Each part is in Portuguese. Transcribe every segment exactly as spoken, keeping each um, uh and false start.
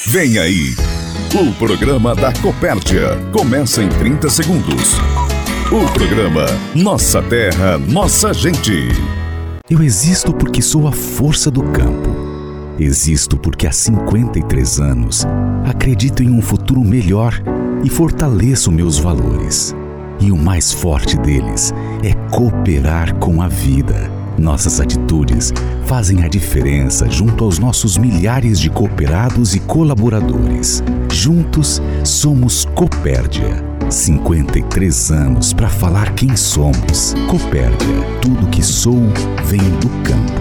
Vem aí, o programa da Copérdia começa em trinta segundos. O programa Nossa Terra, Nossa Gente. Eu existo porque sou a força do campo. Existo porque há cinquenta e três anos acredito em um futuro melhor e fortaleço meus valores. E o mais forte deles é cooperar com a vida. Nossas atitudes fazem a diferença junto aos nossos milhares de cooperados e colaboradores. Juntos somos Copérdia. cinquenta e três anos para falar quem somos. Copérdia, tudo que sou vem do campo.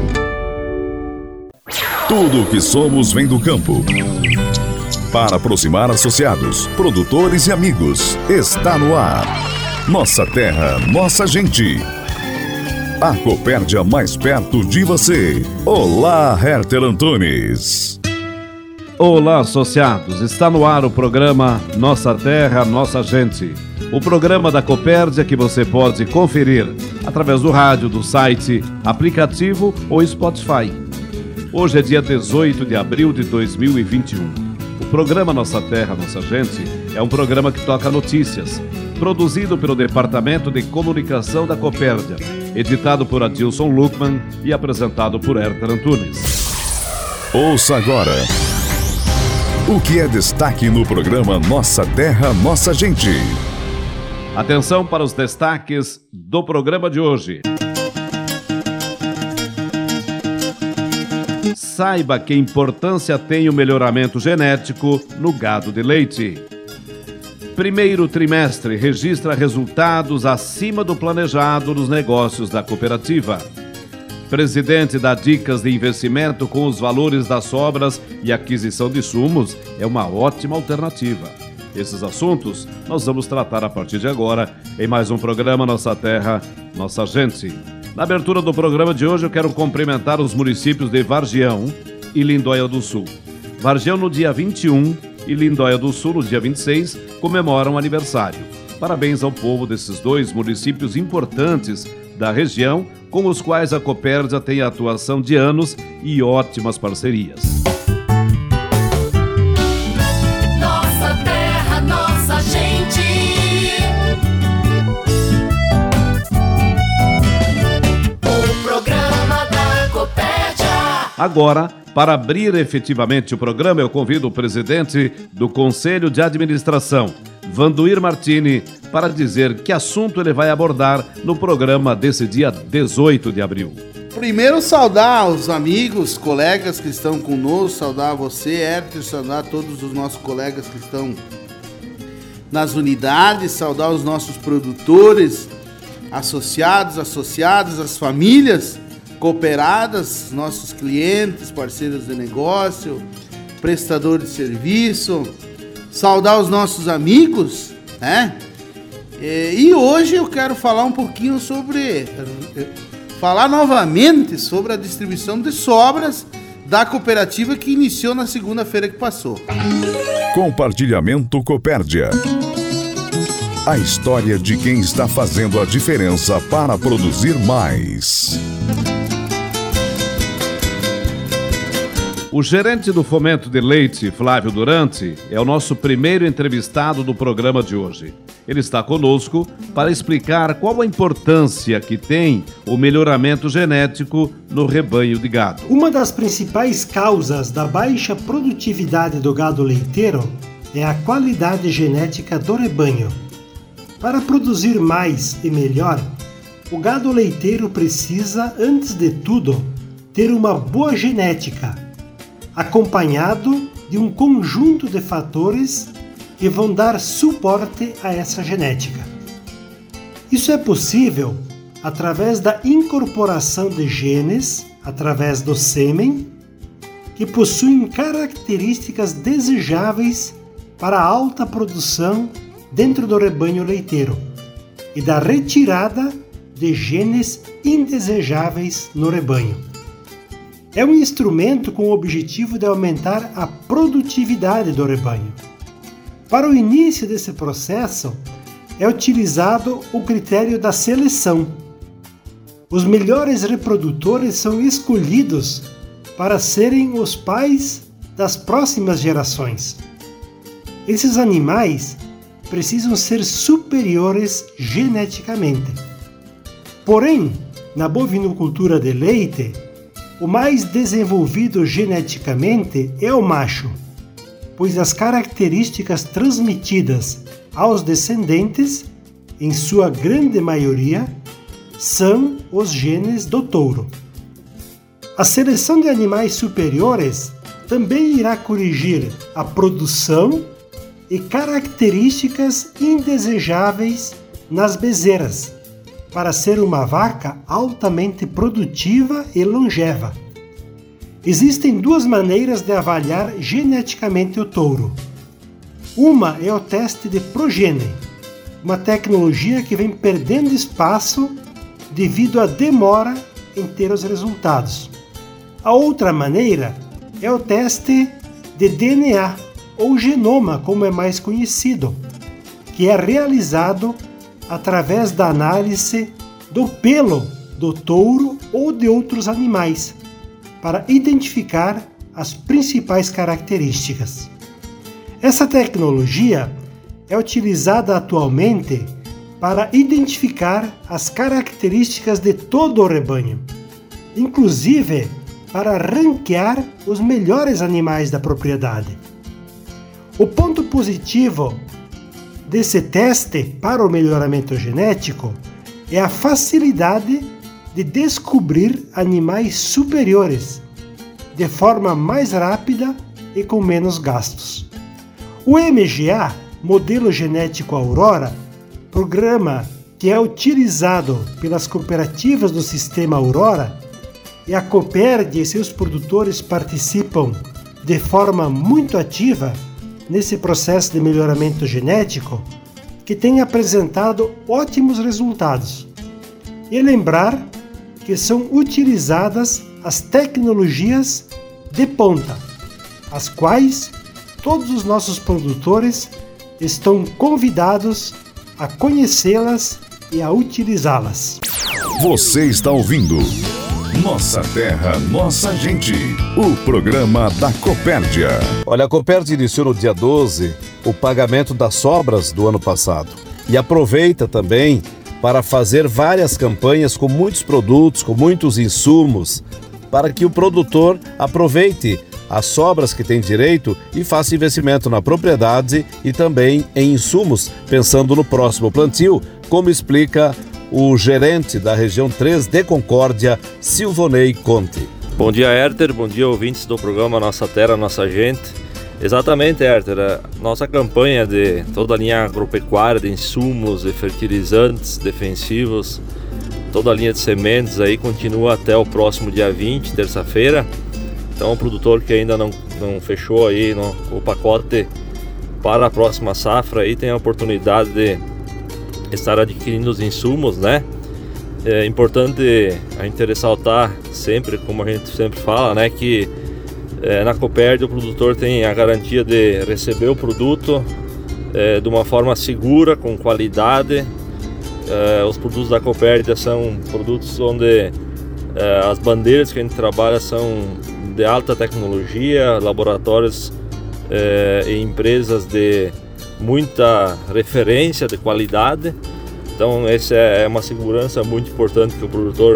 Tudo o que somos vem do campo. Para aproximar associados, produtores e amigos, está no ar. Nossa Terra, Nossa Gente. A Copérdia mais perto de você. Olá, Herter Antunes. Olá, associados. Está no ar o programa Nossa Terra, Nossa Gente. O programa da Copérdia que você pode conferir através do rádio, do site, aplicativo ou Spotify. Hoje é dia dezoito de abril de dois mil e vinte e um. O programa Nossa Terra, Nossa Gente é um programa que toca notícias, produzido pelo Departamento de Comunicação da Copérdia, editado por Adilson Luckman e apresentado por Herter Antunes. Ouça agora o que é destaque no programa Nossa Terra, Nossa Gente. Atenção para os destaques do programa de hoje. Saiba que importância tem o melhoramento genético no gado de leite. Primeiro trimestre registra resultados acima do planejado nos negócios da cooperativa. Presidente dá dicas de investimento com os valores das sobras e aquisição de insumos é uma ótima alternativa. Esses assuntos nós vamos tratar a partir de agora em mais um programa Nossa Terra, Nossa Gente. Na abertura do programa de hoje eu quero cumprimentar os municípios de Vargião e Lindóia do Sul. Vargião no dia vinte e um e Lindóia do Sul no dia vinte e seis comemoram aniversário. Parabéns ao povo desses dois municípios importantes da região, com os quais a Copérdia tem atuação de anos e ótimas parcerias. Nossa terra, nossa gente. O programa da Copérdia. Agora, para abrir efetivamente o programa, eu convido o presidente do Conselho de Administração, Vanduir Martini, para dizer que assunto ele vai abordar no programa desse dia dezoito de abril. Primeiro, saudar os amigos, colegas que estão conosco, saudar você, Herter, saudar todos os nossos colegas que estão nas unidades, saudar os nossos produtores, associados, associadas, as famílias cooperadas, nossos clientes, parceiros de negócio, prestadores de serviço, saudar os nossos amigos, né? E hoje eu quero falar um pouquinho sobre, falar novamente sobre a distribuição de sobras da cooperativa que iniciou na segunda-feira que passou. Compartilhamento Copérdia. A história de quem está fazendo a diferença para produzir mais. O gerente do Fomento de Leite, Flávio Durante, é o nosso primeiro entrevistado do programa de hoje. Ele está conosco para explicar qual a importância que tem o melhoramento genético no rebanho de gado. Uma das principais causas da baixa produtividade do gado leiteiro é a qualidade genética do rebanho. Para produzir mais e melhor, o gado leiteiro precisa, antes de tudo, ter uma boa genética, acompanhado de um conjunto de fatores que vão dar suporte a essa genética. Isso é possível através da incorporação de genes, através do sêmen, que possuem características desejáveis para a alta produção dentro do rebanho leiteiro e da retirada de genes indesejáveis no rebanho. É um instrumento com o objetivo de aumentar a produtividade do rebanho. Para o início desse processo, é utilizado o critério da seleção. Os melhores reprodutores são escolhidos para serem os pais das próximas gerações. Esses animais precisam ser superiores geneticamente. Porém, na bovinocultura de leite, o mais desenvolvido geneticamente é o macho, pois as características transmitidas aos descendentes, em sua grande maioria, são os genes do touro. A seleção de animais superiores também irá corrigir a produção e características indesejáveis nas bezerras, para ser uma vaca altamente produtiva e longeva. Existem duas maneiras de avaliar geneticamente o touro. Uma é o teste de progênie, uma tecnologia que vem perdendo espaço devido à demora em ter os resultados. A outra maneira é o teste de D N A, ou genoma, como é mais conhecido, que é realizado através da análise do pelo do touro ou de outros animais, para identificar as principais características. Essa tecnologia é utilizada atualmente para identificar as características de todo o rebanho, inclusive para ranquear os melhores animais da propriedade. O ponto positivo desse teste para o melhoramento genético é a facilidade de descobrir animais superiores de forma mais rápida e com menos gastos. O M G A, Modelo Genético Aurora, programa que é utilizado pelas cooperativas do Sistema Aurora, e a Copérdia e seus produtores participam de forma muito ativa nesse processo de melhoramento genético, que tem apresentado ótimos resultados. E lembrar que são utilizadas as tecnologias de ponta, as quais todos os nossos produtores estão convidados a conhecê-las e a utilizá-las. Você está ouvindo Nossa Terra, Nossa Gente, o programa da Copérdia. Olha, a Copérdia iniciou no dia doze o pagamento das sobras do ano passado e aproveita também para fazer várias campanhas com muitos produtos, com muitos insumos, para que o produtor aproveite as sobras que tem direito e faça investimento na propriedade e também em insumos, pensando no próximo plantio, como explica o gerente da região três de Concórdia, Silvonei Conte. Bom dia, Herter. Bom dia, ouvintes do programa Nossa Terra, Nossa Gente. Exatamente, Herter. A nossa campanha de toda a linha agropecuária, de insumos, de fertilizantes, defensivos, toda a linha de sementes aí continua até o próximo dia vinte, terça-feira. Então, o produtor que ainda não, não fechou aí no, o pacote para a próxima safra aí tem a oportunidade de estar adquirindo os insumos, né? É importante a gente ressaltar sempre, como a gente sempre fala, né, que é, na Copérdia o produtor tem a garantia de receber o produto é, de uma forma segura, com qualidade. É, os produtos da Copérdia são produtos onde é, as bandeiras que a gente trabalha são de alta tecnologia, laboratórios é, e empresas de muita referência de qualidade. Então essa é uma segurança muito importante que o produtor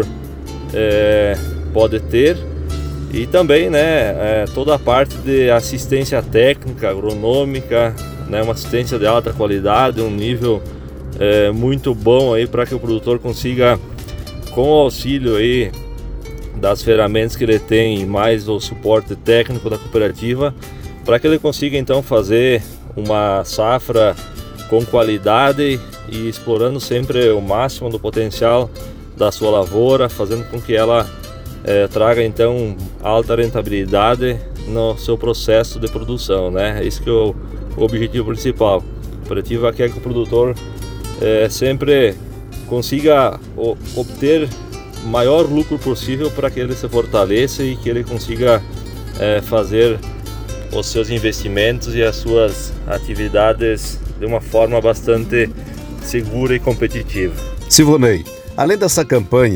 é, pode ter. E também, né, é, toda a parte de assistência técnica, agronômica, né, uma assistência de alta qualidade, um nível é, muito bom aí para que o produtor consiga, com o auxílio aí das ferramentas que ele tem, mais o suporte técnico da cooperativa, para que ele consiga então fazer uma safra com qualidade e explorando sempre o máximo do potencial da sua lavoura, fazendo com que ela é, traga então alta rentabilidade no seu processo de produção, né? Esse que é o, o objetivo principal. A cooperativa quer que o produtor é, sempre consiga o, obter o maior lucro possível para que ele se fortaleça e que ele consiga é, fazer os seus investimentos e as suas atividades de uma forma bastante segura e competitiva. Silvonei, além dessa campanha,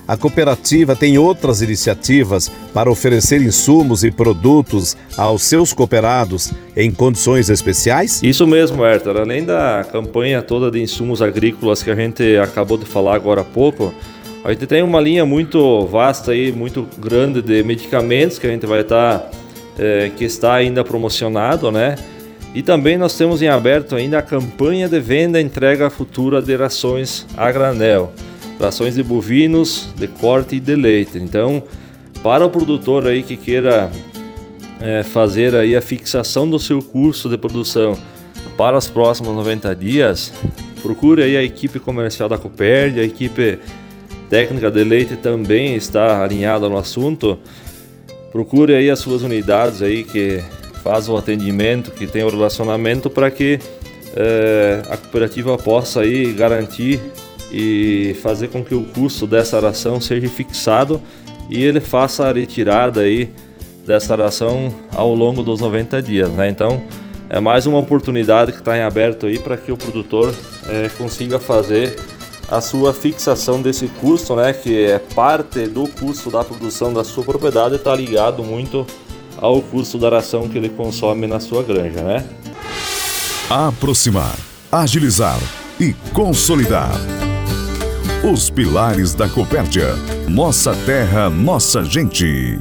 a cooperativa tem outras iniciativas para oferecer insumos e produtos aos seus cooperados em condições especiais? Isso mesmo, Herter. Além da campanha toda de insumos agrícolas que a gente acabou de falar agora há pouco, a gente tem uma linha muito vasta e muito grande de medicamentos que a gente vai estar, é, que está ainda promocionado, né? E também nós temos em aberto ainda a campanha de venda e entrega futura de rações a granel, rações de bovinos, de corte e de leite. Então, para o produtor aí que queira é, fazer aí a fixação do seu custo de produção para os próximos noventa dias, procure aí a equipe comercial da Coperd, a equipe técnica de leite também está alinhada no assunto. Procure aí as suas unidades aí que faz o atendimento, que tem o relacionamento para que é, a cooperativa possa aí garantir e fazer com que o custo dessa ração seja fixado e ele faça a retirada aí dessa ração ao longo dos noventa dias, né? Então é mais uma oportunidade que está em aberto aí para que o produtor é, consiga fazer a sua fixação desse custo, né? Que é parte do custo da produção da sua propriedade, está ligado muito ao custo da ração que ele consome na sua granja, né? Aproximar, agilizar e consolidar. Os pilares da Copérdia. Nossa terra, nossa gente.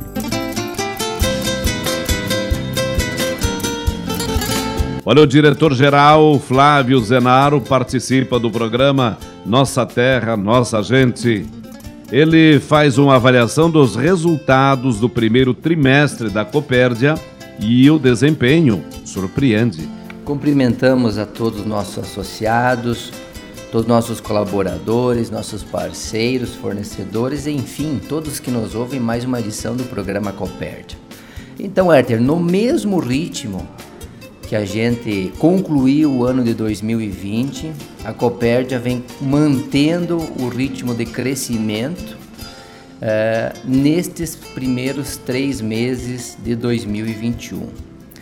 Olha, o diretor-geral Flávio Zenaro participa do programa Nossa Terra, Nossa Gente. Ele faz uma avaliação dos resultados do primeiro trimestre da Copérdia e o desempenho surpreende. Cumprimentamos a todos os nossos associados, todos os nossos colaboradores, nossos parceiros, fornecedores, enfim, todos que nos ouvem mais uma edição do programa Copérdia. Então, Herter, no mesmo ritmo que a gente concluiu o ano de dois mil e vinte, a Copérdia vem mantendo o ritmo de crescimento uh, nestes primeiros três meses de dois mil e vinte e um.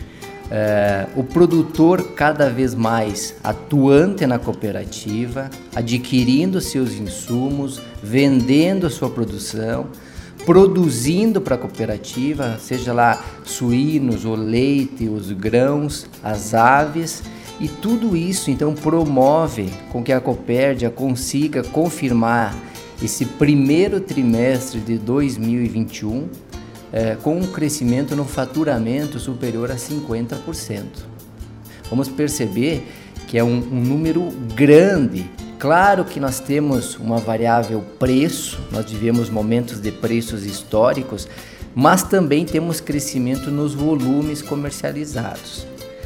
Uh, o produtor cada vez mais atuante na cooperativa, adquirindo seus insumos, vendendo sua produção, produzindo para a cooperativa, seja lá suínos, o leite, os grãos, as aves, e tudo isso então promove com que a Copérdia consiga confirmar esse primeiro trimestre de dois mil e vinte e um é, com um crescimento no faturamento superior a cinquenta por cento. Vamos perceber que é um, um número grande. Claro que nós temos uma variável preço, nós vivemos momentos de preços históricos, mas também temos crescimento nos volumes comercializados.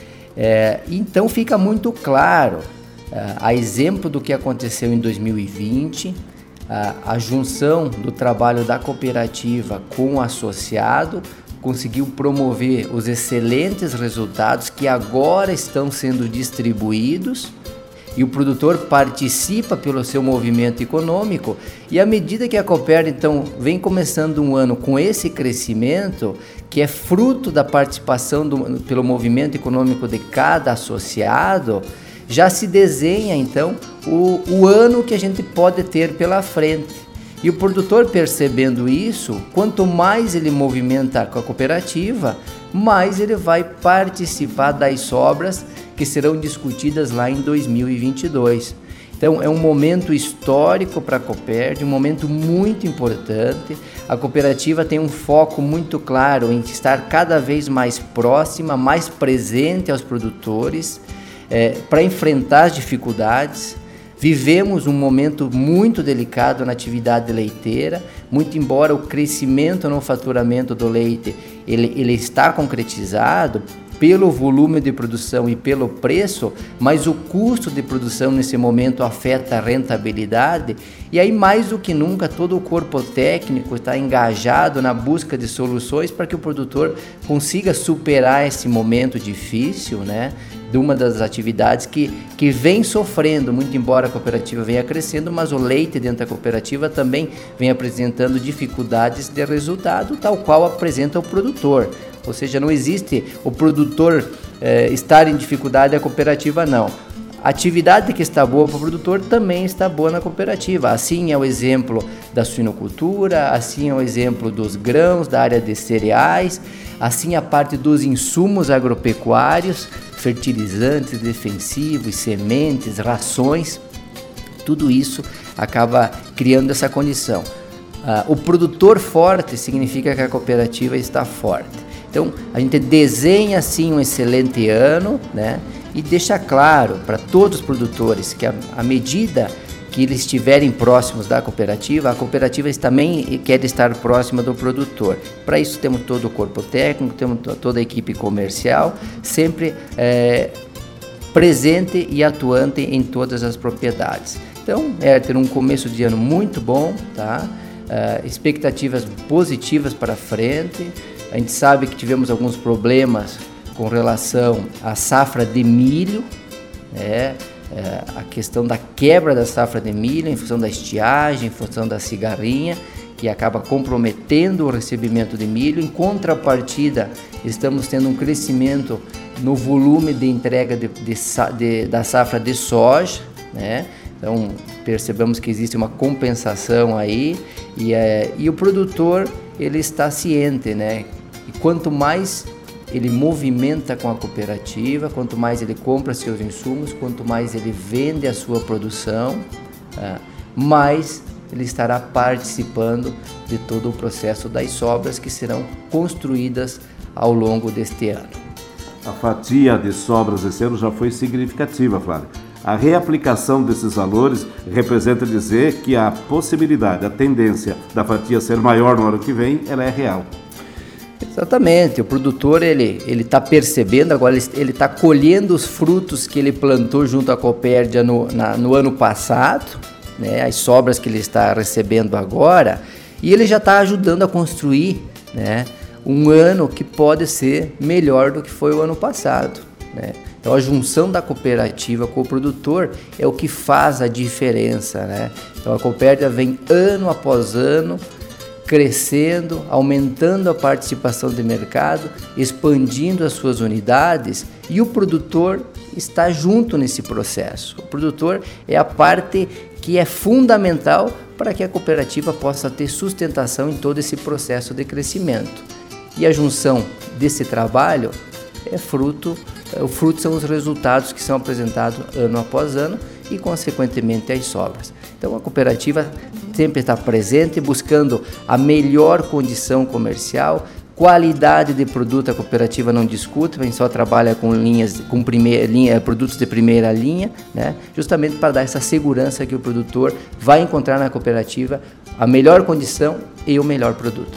É, então fica muito claro, a exemplo do que aconteceu em dois mil e vinte, a, a junção do trabalho da cooperativa com o associado conseguiu promover os excelentes resultados que agora estão sendo distribuídos, e o produtor participa pelo seu movimento econômico, e à medida que a Copérdia então vem começando um ano com esse crescimento, que é fruto da participação do, pelo movimento econômico de cada associado, já se desenha então o, o ano que a gente pode ter pela frente. E o produtor, percebendo isso, quanto mais ele movimenta com a cooperativa, mais ele vai participar das sobras que serão discutidas lá em dois mil e vinte e dois. Então é um momento histórico para a Copérdia, um momento muito importante. A cooperativa tem um foco muito claro em estar cada vez mais próxima, mais presente aos produtores, é, para enfrentar as dificuldades. Vivemos um momento muito delicado na atividade leiteira, muito embora o crescimento no faturamento do leite ele, ele está concretizado pelo volume de produção e pelo preço, mas o custo de produção nesse momento afeta a rentabilidade, e aí mais do que nunca todo o corpo técnico está engajado na busca de soluções para que o produtor consiga superar esse momento difícil, né? De uma das atividades que, que vem sofrendo, muito embora a cooperativa venha crescendo, mas o leite dentro da cooperativa também vem apresentando dificuldades de resultado, tal qual apresenta o produtor. Ou seja, não existe o produtor eh, estar em dificuldade e a cooperativa não. a atividade que está boa para o produtor também está boa na cooperativa. Assim é o exemplo da suinocultura, assim é o exemplo dos grãos, da área de cereais, assim a parte dos insumos agropecuários, fertilizantes, defensivos, sementes, rações, tudo isso acaba criando essa condição. Ah, o produtor forte significa que a cooperativa está forte. Então, a gente desenha assim um excelente ano, né? E deixa claro para todos os produtores que, à medida que eles estiverem próximos da cooperativa, a cooperativa também quer estar próxima do produtor. Para isso, temos todo o corpo técnico, temos toda a equipe comercial, sempre é, presente e atuante em todas as propriedades. Então, é ter um começo de ano muito bom, tá? Uh, expectativas positivas para frente. A gente sabe que tivemos alguns problemas com relação à safra de milho, né? É, a questão da quebra da safra de milho em função da estiagem, em função da cigarrinha, que acaba comprometendo o recebimento de milho. Em contrapartida, estamos tendo um crescimento no volume de entrega de, de, de, da safra de soja, né? Então, percebemos que existe uma compensação aí e, é, e o produtor, ele está ciente, né? E quanto mais ele movimenta com a cooperativa, quanto mais ele compra seus insumos, quanto mais ele vende a sua produção, é, mais ele estará participando de todo o processo das sobras que serão construídas ao longo deste ano. A fatia de sobras esse ano já foi significativa, Flávio. A reaplicação desses valores representa dizer que a possibilidade, a tendência da fatia ser maior no ano que vem, ela é real. Exatamente, o produtor ele ele está percebendo agora, ele está colhendo os frutos que ele plantou junto à Copérdia no, na, no ano passado, né, as sobras que ele está recebendo agora, e ele já está ajudando a construir, né, um ano que pode ser melhor do que foi o ano passado, né? Então a junção da cooperativa com o produtor é o que faz a diferença, né? Então a Copérdia vem ano após ano crescendo, aumentando a participação de mercado, expandindo as suas unidades, e o produtor está junto nesse processo. O produtor é a parte que é fundamental para que a cooperativa possa ter sustentação em todo esse processo de crescimento. E a junção desse trabalho é fruto, o fruto são os resultados que são apresentados ano após ano e, consequentemente, as sobras. Então, a cooperativa sempre está presente, buscando a melhor condição comercial, qualidade de produto. A cooperativa não discute, a gente só trabalha com linhas, com primeira linha, produtos de primeira linha, né? Justamente para dar essa segurança que o produtor vai encontrar na cooperativa a melhor condição e o melhor produto.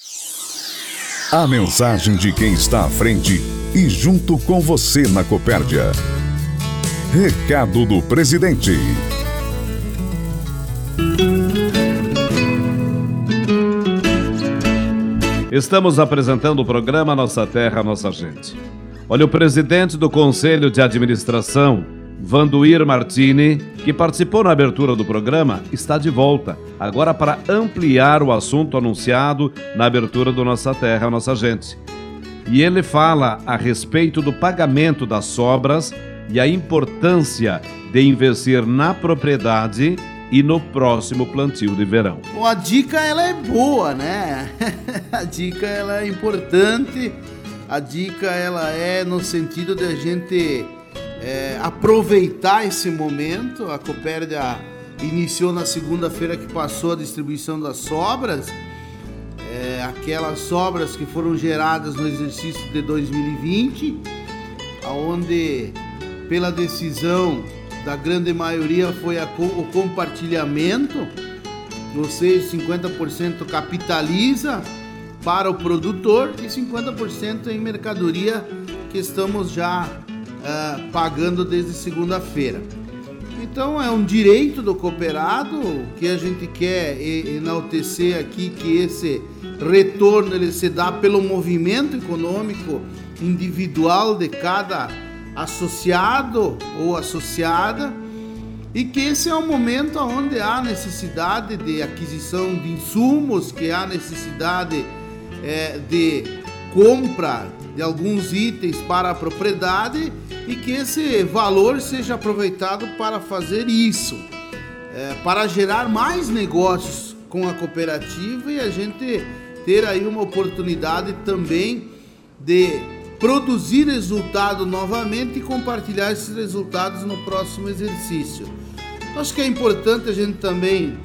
A mensagem de quem está à frente e junto com você na Copérdia. Recado do presidente. Estamos apresentando o programa Nossa Terra, Nossa Gente. Olha, o presidente do Conselho de Administração, Vanduir Martini, que participou na abertura do programa, está de volta, agora para ampliar o assunto anunciado na abertura do Nossa Terra, Nossa Gente. E ele fala a respeito do pagamento das sobras e a importância de investir na propriedade e no próximo plantio de verão. Bom, a dica ela é boa, né? A dica ela é importante, a dica ela é no sentido de a gente é, aproveitar esse momento. A Copérdia iniciou na segunda-feira que passou a distribuição das sobras, é, aquelas sobras que foram geradas no exercício de dois mil e vinte, onde pela decisão da grande maioria foi a, o compartilhamento, ou seja, cinquenta por cento capitaliza para o produtor e cinquenta por cento em mercadoria que estamos já uh, pagando desde segunda-feira. Então é um direito do cooperado que a gente quer enaltecer aqui, que esse retorno ele se dá pelo movimento econômico individual de cada associado ou associada, e que esse é um momento onde há necessidade de aquisição de insumos, que há necessidade é, de compra de alguns itens para a propriedade e que esse valor seja aproveitado para fazer isso, é, para gerar mais negócios com a cooperativa e a gente ter aí uma oportunidade também de produzir resultado novamente e compartilhar esses resultados no próximo exercício. Acho que é importante a gente também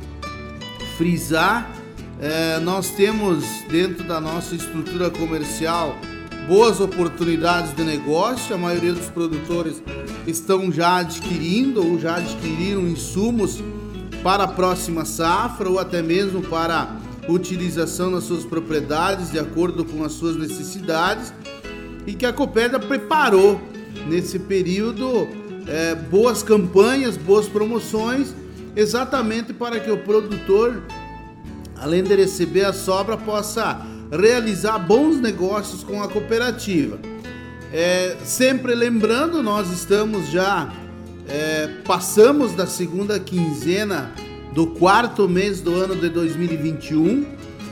frisar, é, nós temos dentro da nossa estrutura comercial boas oportunidades de negócio, a maioria dos produtores estão já adquirindo ou já adquiriram insumos para a próxima safra ou até mesmo para utilização nas suas propriedades de acordo com as suas necessidades e que a Copérdia preparou nesse período é, boas campanhas, boas promoções, exatamente para que o produtor, além de receber a sobra, possa realizar bons negócios com a cooperativa. É, sempre lembrando, nós estamos já, é, passamos da segunda quinzena do quarto mês do ano de dois mil e vinte e um.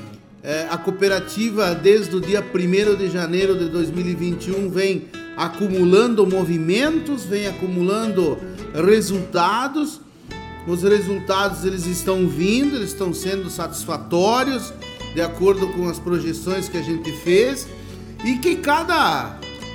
É, a cooperativa, desde o dia primeiro de janeiro de dois mil e vinte e um, vem acumulando movimentos, vem acumulando resultados. Os resultados eles estão vindo, eles estão sendo satisfatórios, de acordo com as projeções que a gente fez, e que cada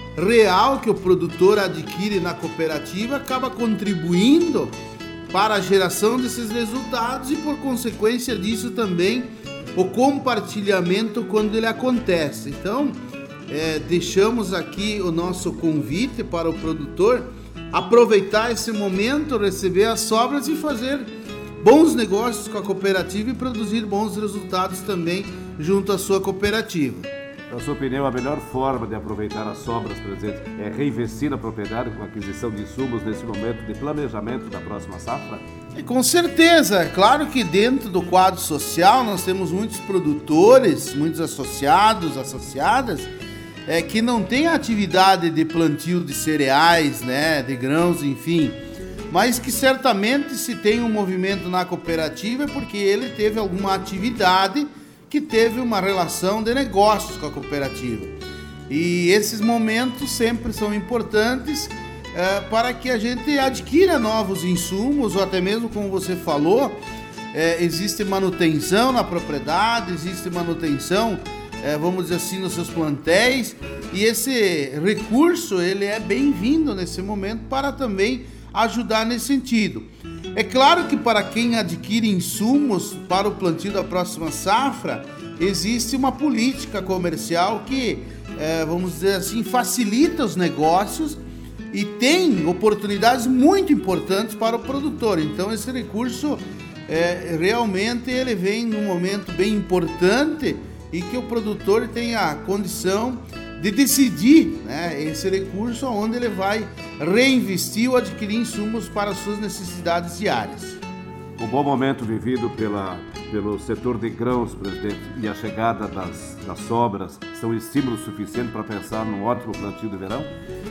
real que o produtor adquire na cooperativa acaba contribuindo para a geração desses resultados e, por consequência disso, também o compartilhamento quando ele acontece. Então, é, deixamos aqui o nosso convite para o produtor aproveitar esse momento, receber as sobras e fazer bons negócios com a cooperativa e produzir bons resultados também junto à sua cooperativa. Na sua opinião, a melhor forma de aproveitar as sobras presentes é reinvestir na propriedade com a aquisição de insumos nesse momento de planejamento da próxima safra? E com certeza, é claro que dentro do quadro social nós temos muitos produtores, muitos associados, associadas, é, que não têm atividade de plantio de cereais, né, de grãos, enfim, mas que certamente se tem um movimento na cooperativa é porque ele teve alguma atividade que teve uma relação de negócios com a cooperativa. E esses momentos sempre são importantes é, para que a gente adquira novos insumos, ou até mesmo, como você falou, é, existe manutenção na propriedade, existe manutenção, é, vamos dizer assim, nos seus plantéis, e esse recurso ele é bem-vindo nesse momento para também ajudar nesse sentido. É claro que para quem adquire insumos para o plantio da próxima safra, existe uma política comercial que, é, vamos dizer assim, facilita os negócios e tem oportunidades muito importantes para o produtor. Então esse recurso é, realmente ele vem num momento bem importante e que o produtor tem a condição de decidir, né, esse recurso onde ele vai reinvestir ou adquirir insumos para as suas necessidades diárias. O bom momento vivido pela, pelo setor de grãos, presidente, e a chegada das, das sobras são estímulo suficiente para pensar num ótimo plantio de verão?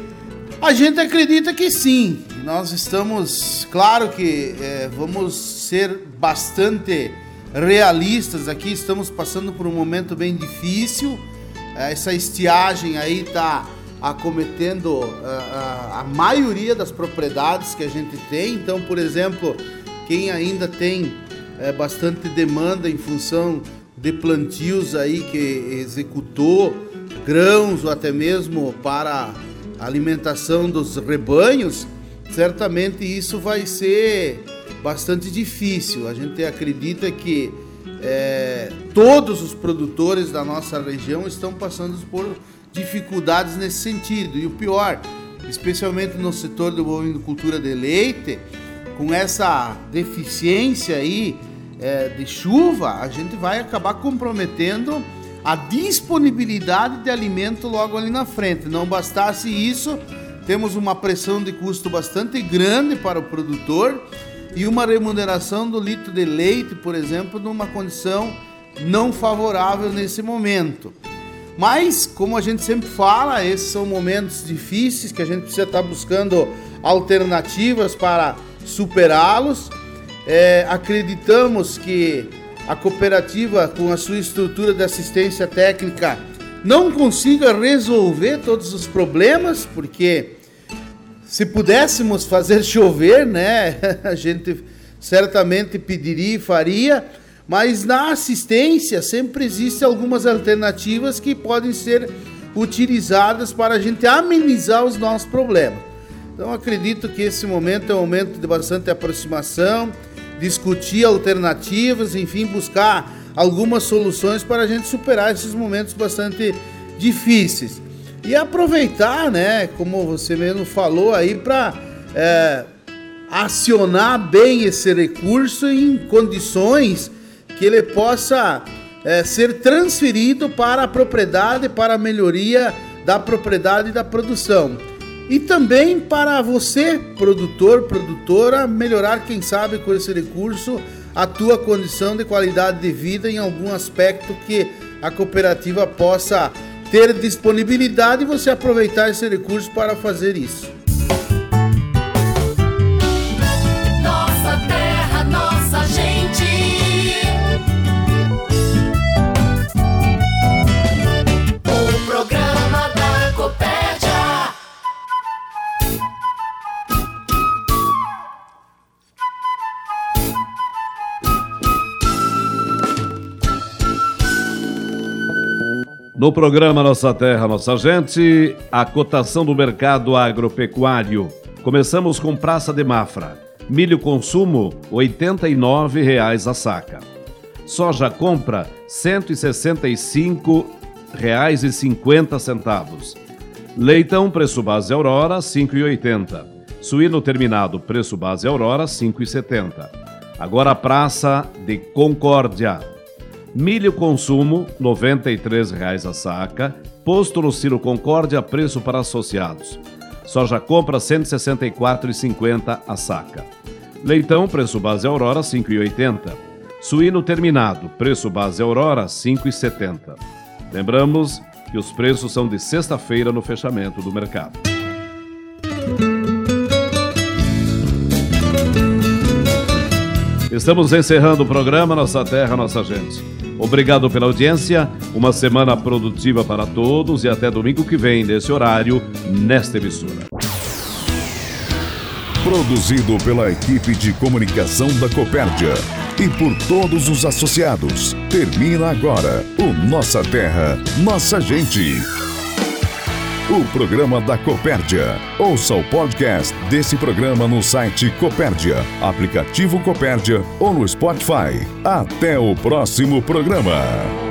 A gente acredita que sim. Nós estamos, claro que é, vamos ser bastante realistas aqui, estamos passando por um momento bem difícil. Essa estiagem aí está acometendo a, a, a maioria das propriedades que a gente tem. Então, por exemplo, quem ainda tem é, bastante demanda em função de plantios aí que executou, grãos ou até mesmo para a alimentação dos rebanhos, certamente isso vai ser bastante difícil. A gente acredita que É, todos os produtores da nossa região estão passando por dificuldades nesse sentido. E o pior, especialmente no setor da bovinocultura de leite, com essa deficiência aí é, de chuva, a gente vai acabar comprometendo a disponibilidade de alimento logo ali na frente. Não bastasse isso, temos uma pressão de custo bastante grande para o produtor e uma remuneração do litro de leite, por exemplo, numa condição não favorável nesse momento. Mas, como a gente sempre fala, esses são momentos difíceis que a gente precisa estar buscando alternativas para superá-los. É, acreditamos que a cooperativa, com a sua estrutura de assistência técnica, não consiga resolver todos os problemas, porque se pudéssemos fazer chover, né, a gente certamente pediria e faria, mas na assistência sempre existem algumas alternativas que podem ser utilizadas para a gente amenizar os nossos problemas. Então acredito que esse momento é um momento de bastante aproximação, discutir alternativas, enfim, buscar algumas soluções para a gente superar esses momentos bastante difíceis. E aproveitar, né, como você mesmo falou aí, para é, acionar bem esse recurso em condições que ele possa é, ser transferido para a propriedade, para a melhoria da propriedade e da produção. E também para você, produtor, produtora, melhorar, quem sabe, com esse recurso, a tua condição de qualidade de vida em algum aspecto que a cooperativa possa ter disponibilidade e você aproveitar esse recurso para fazer isso. Nossa terra, nossa gente. O programa da Copérdia. No programa Nossa Terra, Nossa Gente, a cotação do mercado agropecuário. Começamos com Praça de Mafra. Milho consumo, oitenta e nove reais a saca. Soja compra, cento e sessenta e cinco reais e cinquenta centavos. Leitão, preço base Aurora, cinco reais e oitenta centavos. Suíno terminado, preço base Aurora, cinco reais e setenta centavos. Agora a Praça de Concórdia. Milho consumo, noventa e três reais a saca. Posto no Ciro Concórdia, preço para associados. Soja compra, cento e sessenta e quatro reais e cinquenta centavos a saca. Leitão, preço base Aurora, cinco reais e oitenta centavos. Suíno terminado, preço base Aurora, cinco reais e setenta centavos. Lembramos que os preços são de sexta-feira no fechamento do mercado. Estamos encerrando o programa Nossa Terra, Nossa Gente. Obrigado pela audiência, uma semana produtiva para todos e até domingo que vem, nesse horário, nesta emissora. Produzido pela equipe de comunicação da Copérdia e por todos os associados. Termina agora o Nossa Terra, Nossa Gente. O programa da Copérdia. Ouça o podcast desse programa no site Copérdia, aplicativo Copérdia ou no Spotify. Até o próximo programa.